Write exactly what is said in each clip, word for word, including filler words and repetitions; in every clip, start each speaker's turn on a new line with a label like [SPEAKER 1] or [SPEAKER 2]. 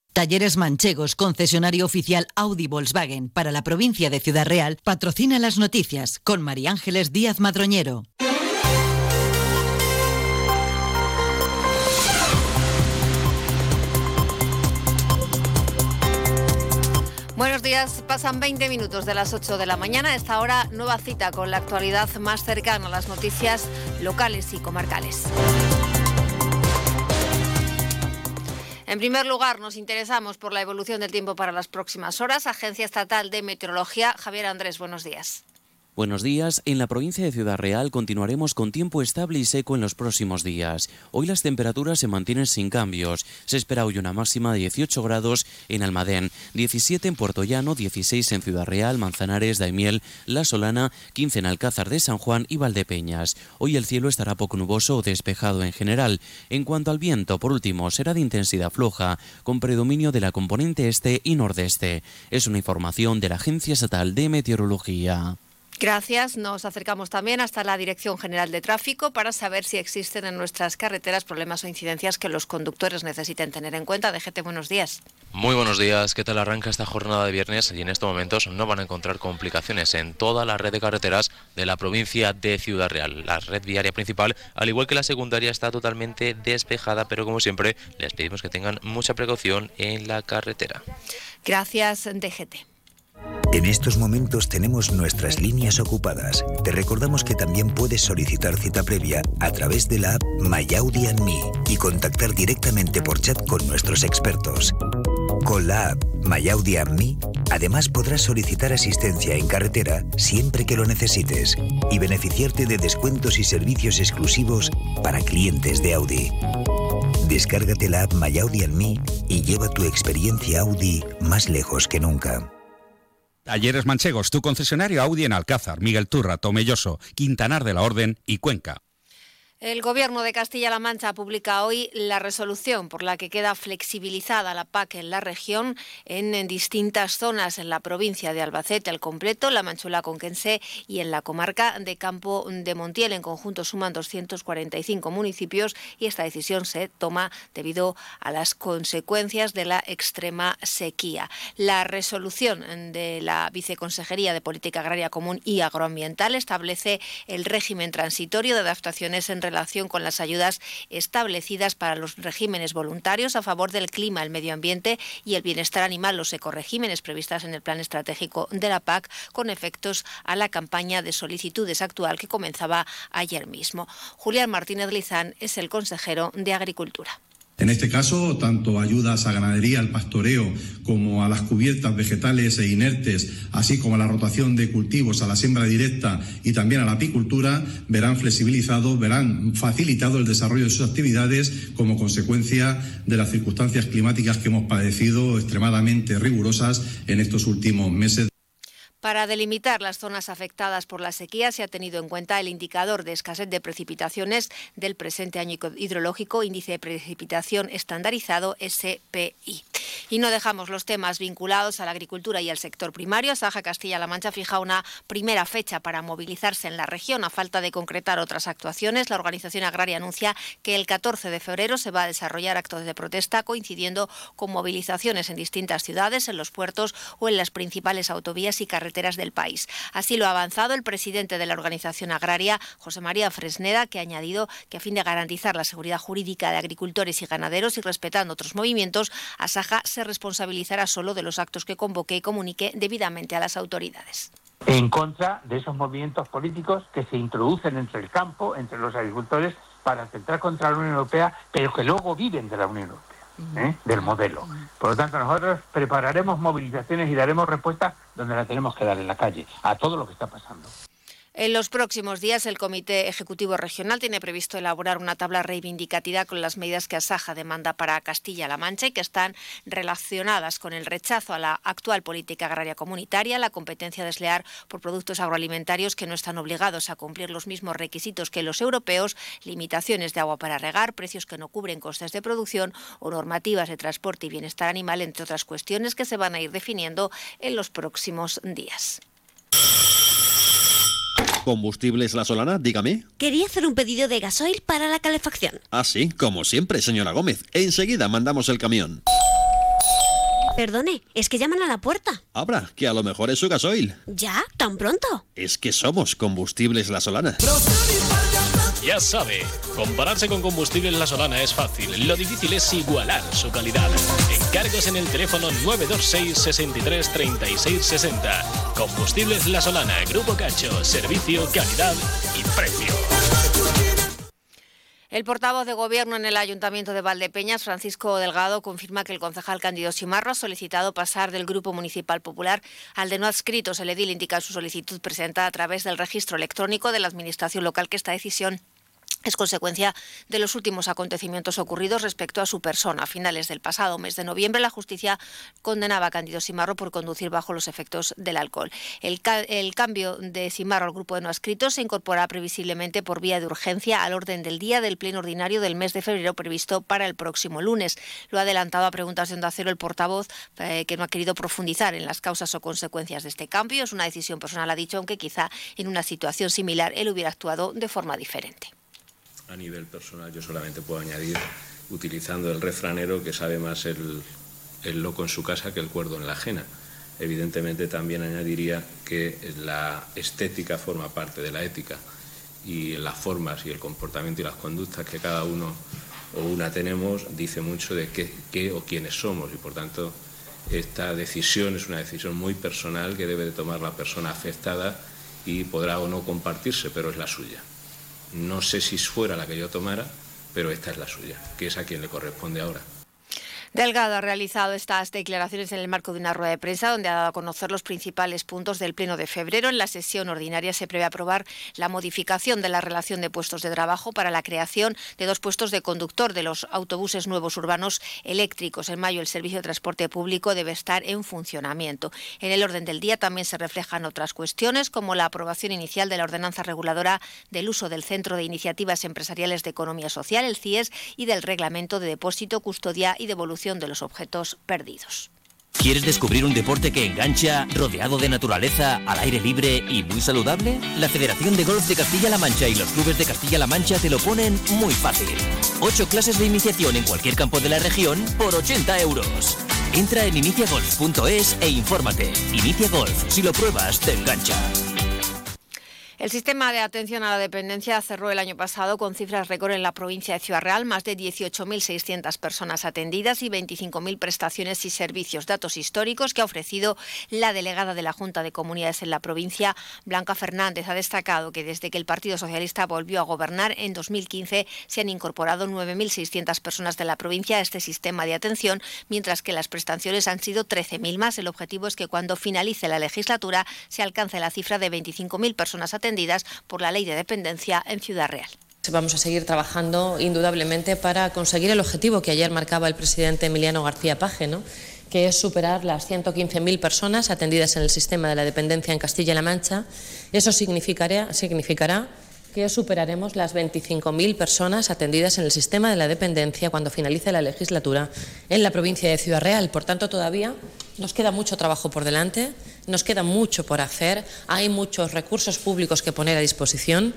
[SPEAKER 1] Talleres Manchegos, concesionario oficial Audi Volkswagen para la provincia de Ciudad Real, patrocina las noticias con María Ángeles Díaz Madroñero.
[SPEAKER 2] Buenos días, pasan veinte minutos de las ocho de la mañana. A esta hora, nueva cita con la actualidad más cercana a las noticias locales y comarcales. En primer lugar, nos interesamos por la evolución del tiempo para las próximas horas. Agencia Estatal de Meteorología, Javier Andrés, buenos días.
[SPEAKER 3] Buenos días. En la provincia de Ciudad Real continuaremos con tiempo estable y seco en los próximos días. Hoy las temperaturas se mantienen sin cambios. Se espera hoy una máxima de dieciocho grados en Almadén, diecisiete en Puerto Llano, dieciséis en Ciudad Real, Manzanares, Daimiel, La Solana, quince en Alcázar de San Juan y Valdepeñas. Hoy el cielo estará poco nuboso o despejado en general. En cuanto al viento, por último, será de intensidad floja, con predominio de la componente este y nordeste. Es una información de la Agencia Estatal de Meteorología.
[SPEAKER 2] Gracias. Nos acercamos también hasta la Dirección General de Tráfico para saber si existen en nuestras carreteras problemas o incidencias que los conductores necesiten tener en cuenta. D G T, buenos días.
[SPEAKER 4] Muy buenos días. ¿Qué tal arranca esta jornada de viernes? Y en estos momentos no van a encontrar complicaciones en toda la red de carreteras de la provincia de Ciudad Real. La red viaria principal, al igual que la secundaria, está totalmente despejada, pero como siempre les pedimos que tengan mucha precaución en la carretera.
[SPEAKER 2] Gracias, D G T.
[SPEAKER 5] En estos momentos tenemos nuestras líneas ocupadas. Te recordamos que también puedes solicitar cita previa a través de la app My Audi and Me y contactar directamente por chat con nuestros expertos. Con la app My Audi and Me, además podrás solicitar asistencia en carretera siempre que lo necesites y beneficiarte de descuentos y servicios exclusivos para clientes de Audi. Descárgate la app My Audi and Me y lleva tu experiencia Audi más lejos que nunca.
[SPEAKER 6] Talleres Manchegos, tu concesionario Audi en Alcázar, Miguel Turra, Tomelloso, Quintanar de la Orden y Cuenca.
[SPEAKER 2] El Gobierno de Castilla-La Mancha publica hoy la resolución por la que queda flexibilizada la P A C en la región en, en distintas zonas en la provincia de Albacete al completo, la Manchuela conquense y en la comarca de Campo de Montiel. En conjunto suman doscientos cuarenta y cinco municipios y esta decisión se toma debido a las consecuencias de la extrema sequía. La resolución de la Viceconsejería de Política Agraria Común y Agroambiental establece el régimen transitorio de adaptaciones en relación con las ayudas establecidas para los regímenes voluntarios a favor del clima, el medio ambiente y el bienestar animal, los ecoregímenes previstas en el Plan Estratégico de la P A C, con efectos a la campaña de solicitudes actual que comenzaba ayer mismo. Julián Martínez Lizán es el consejero de Agricultura.
[SPEAKER 7] En este caso, tanto ayudas a ganadería, al pastoreo, como a las cubiertas vegetales e inertes, así como a la rotación de cultivos, a la siembra directa y también a la apicultura, verán flexibilizado, verán facilitado el desarrollo de sus actividades como consecuencia de las circunstancias climáticas que hemos padecido extremadamente rigurosas en estos últimos meses.
[SPEAKER 2] Para delimitar las zonas afectadas por la sequía se ha tenido en cuenta el indicador de escasez de precipitaciones del presente año hidrológico, índice de precipitación estandarizado S P I. Y no dejamos los temas vinculados a la agricultura y al sector primario. Saja Castilla-La Mancha fija una primera fecha para movilizarse en la región. A falta de concretar otras actuaciones, la organización agraria anuncia que el catorce de febrero se va a desarrollar actos de protesta coincidiendo con movilizaciones en distintas ciudades, en los puertos o en las principales autovías y carreteras del país. Así lo ha avanzado el presidente de la organización agraria, José María Fresneda, que ha añadido que a fin de garantizar la seguridad jurídica de agricultores y ganaderos y respetando otros movimientos, Asaja se responsabilizará solo de los actos que convoque y comunique debidamente a las autoridades.
[SPEAKER 8] En contra de esos movimientos políticos que se introducen entre el campo, entre los agricultores, para atentar contra la Unión Europea, pero que luego viven de la Unión Europea. ¿Eh? Del modelo. Por lo tanto, nosotros prepararemos movilizaciones y daremos respuesta donde la tenemos que dar, en la calle, a todo lo que está pasando.
[SPEAKER 2] En los próximos días, el Comité Ejecutivo Regional tiene previsto elaborar una tabla reivindicativa con las medidas que Asaja demanda para Castilla-La Mancha y que están relacionadas con el rechazo a la actual política agraria comunitaria, la competencia desleal por productos agroalimentarios que no están obligados a cumplir los mismos requisitos que los europeos, limitaciones de agua para regar, precios que no cubren costes de producción o normativas de transporte y bienestar animal, entre otras cuestiones que se van a ir definiendo en los próximos días.
[SPEAKER 9] ¿Combustibles La Solana? Dígame.
[SPEAKER 10] Quería hacer un pedido de gasoil para la calefacción.
[SPEAKER 9] Ah, sí, como siempre, señora Gómez. Enseguida mandamos el camión.
[SPEAKER 10] Perdone, es que llaman a la puerta.
[SPEAKER 9] Abra, que a lo mejor es su gasoil.
[SPEAKER 10] ¿Ya? ¿Tan pronto?
[SPEAKER 9] Es que somos Combustibles La Solana.
[SPEAKER 11] Ya sabe, compararse con Combustibles La Solana es fácil. Lo difícil es igualar su calidad. Encargos en el teléfono nueve dos seis, sesenta y tres, treinta y seis sesenta. Combustibles La Solana, Grupo Cacho, servicio, calidad y precio.
[SPEAKER 2] El portavoz de Gobierno en el Ayuntamiento de Valdepeñas, Francisco Delgado, confirma que el concejal Cándido Simarro ha solicitado pasar del Grupo Municipal Popular al de no adscritos. El edil indica en su solicitud presentada a través del registro electrónico de la Administración local que esta decisión es consecuencia de los últimos acontecimientos ocurridos respecto a su persona. A finales del pasado mes de noviembre, la justicia condenaba a Cándido Simarro por conducir bajo los efectos del alcohol. El, ca el cambio de Simarro al grupo de no adscritos se incorporará previsiblemente por vía de urgencia al orden del día del pleno ordinario del mes de febrero previsto para el próximo lunes. Lo ha adelantado a preguntas de Onda Cero el portavoz, eh, que no ha querido profundizar en las causas o consecuencias de este cambio. Es una decisión personal, ha dicho, aunque quizá en una situación similar él hubiera actuado de forma diferente.
[SPEAKER 12] A nivel personal yo solamente puedo añadir, utilizando el refranero, que sabe más el, el loco en su casa que el cuerdo en la ajena. Evidentemente también añadiría que la estética forma parte de la ética y las formas y el comportamiento y las conductas que cada uno o una tenemos dice mucho de qué, qué o quiénes somos, y por tanto esta decisión es una decisión muy personal que debe de tomar la persona afectada y podrá o no compartirse, pero es la suya. No sé si fuera la que yo tomara, pero esta es la suya, que es a quien le corresponde ahora.
[SPEAKER 2] Delgado ha realizado estas declaraciones en el marco de una rueda de prensa donde ha dado a conocer los principales puntos del pleno de febrero. En la sesión ordinaria se prevé aprobar la modificación de la relación de puestos de trabajo para la creación de dos puestos de conductor de los autobuses nuevos urbanos eléctricos. En mayo el servicio de transporte público debe estar en funcionamiento. En el orden del día también se reflejan otras cuestiones, como la aprobación inicial de la ordenanza reguladora del uso del Centro de Iniciativas Empresariales de Economía Social, el C I E S, y del reglamento de depósito, custodia y devolución de los objetos perdidos.
[SPEAKER 13] ¿Quieres descubrir un deporte que engancha, rodeado de naturaleza, al aire libre y muy saludable? La Federación de Golf de Castilla-La Mancha y los clubes de Castilla-La Mancha te lo ponen muy fácil. Ocho clases de iniciación en cualquier campo de la región por ochenta euros. Entra en inicia golf punto es e infórmate. Inicia Golf, si lo pruebas, te engancha.
[SPEAKER 2] El sistema de atención a la dependencia cerró el año pasado con cifras récord en la provincia de Ciudad Real, más de dieciocho mil seiscientas personas atendidas y veinticinco mil prestaciones y servicios. Datos históricos que ha ofrecido la delegada de la Junta de Comunidades en la provincia, Blanca Fernández. Ha destacado que desde que el Partido Socialista volvió a gobernar en dos mil quince se han incorporado nueve mil seiscientas personas de la provincia a este sistema de atención, mientras que las prestaciones han sido trece mil más. El objetivo es que cuando finalice la legislatura se alcance la cifra de veinticinco mil personas atendidas por la Ley de Dependencia en Ciudad Real.
[SPEAKER 14] Vamos a seguir trabajando indudablemente para conseguir el objetivo que ayer marcaba el presidente Emiliano García Paje, ¿no?, que es superar las ciento quince mil personas atendidas en el sistema de la dependencia en Castilla-La Mancha. Eso significará, significará que superaremos las veinticinco mil personas atendidas en el sistema de la dependencia cuando finalice la legislatura en la provincia de Ciudad Real. Por tanto, todavía nos queda mucho trabajo por delante, nos queda mucho por hacer, hay muchos recursos públicos que poner a disposición.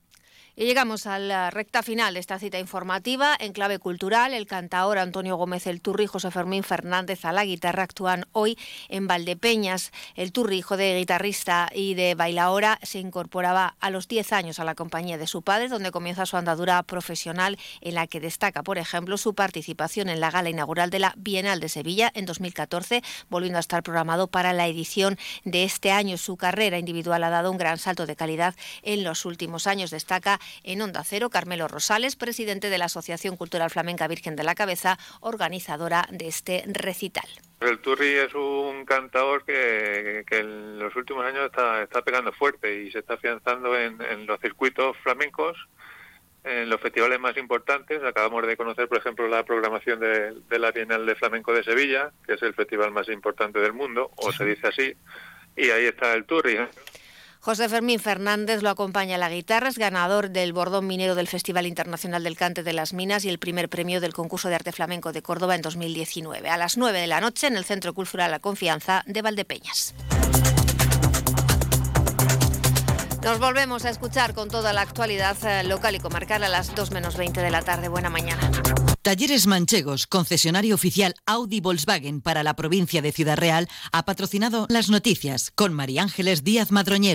[SPEAKER 2] Y llegamos a la recta final de esta cita informativa. En clave cultural, el cantaor Antonio Gómez el Turri y José Fermín Fernández a la guitarra actúan hoy en Valdepeñas. El Turri, hijo de guitarrista y de bailaora, se incorporaba a los diez años a la compañía de su padre, donde comienza su andadura profesional, en la que destaca, por ejemplo, su participación en la gala inaugural de la Bienal de Sevilla en dos mil catorce, volviendo a estar programado para la edición de este año. Su carrera individual ha dado un gran salto de calidad en los últimos años. Destaca en Onda Cero Carmelo Rosales, presidente de la Asociación Cultural Flamenca Virgen de la Cabeza, organizadora de este recital.
[SPEAKER 15] El Turri es un cantador que, que en los últimos años está, está pegando fuerte y se está afianzando en, en los circuitos flamencos, en los festivales más importantes. Acabamos de conocer, por ejemplo, la programación de, de la Bienal de Flamenco de Sevilla, que es el festival más importante del mundo, o se dice así, y ahí está el Turri, ¿eh?
[SPEAKER 2] José Fermín Fernández lo acompaña a la guitarra, es ganador del Bordón Minero del Festival Internacional del Cante de las Minas y el primer premio del Concurso de Arte Flamenco de Córdoba en dos mil diecinueve. A las nueve de la noche en el Centro Cultural La Confianza de Valdepeñas. Nos volvemos a escuchar con toda la actualidad local y comarcal a las dos menos veinte de la tarde. Buena mañana.
[SPEAKER 1] Talleres Manchegos, concesionario oficial Audi Volkswagen para la provincia de Ciudad Real, ha patrocinado las noticias con María Ángeles Díaz Madroñero.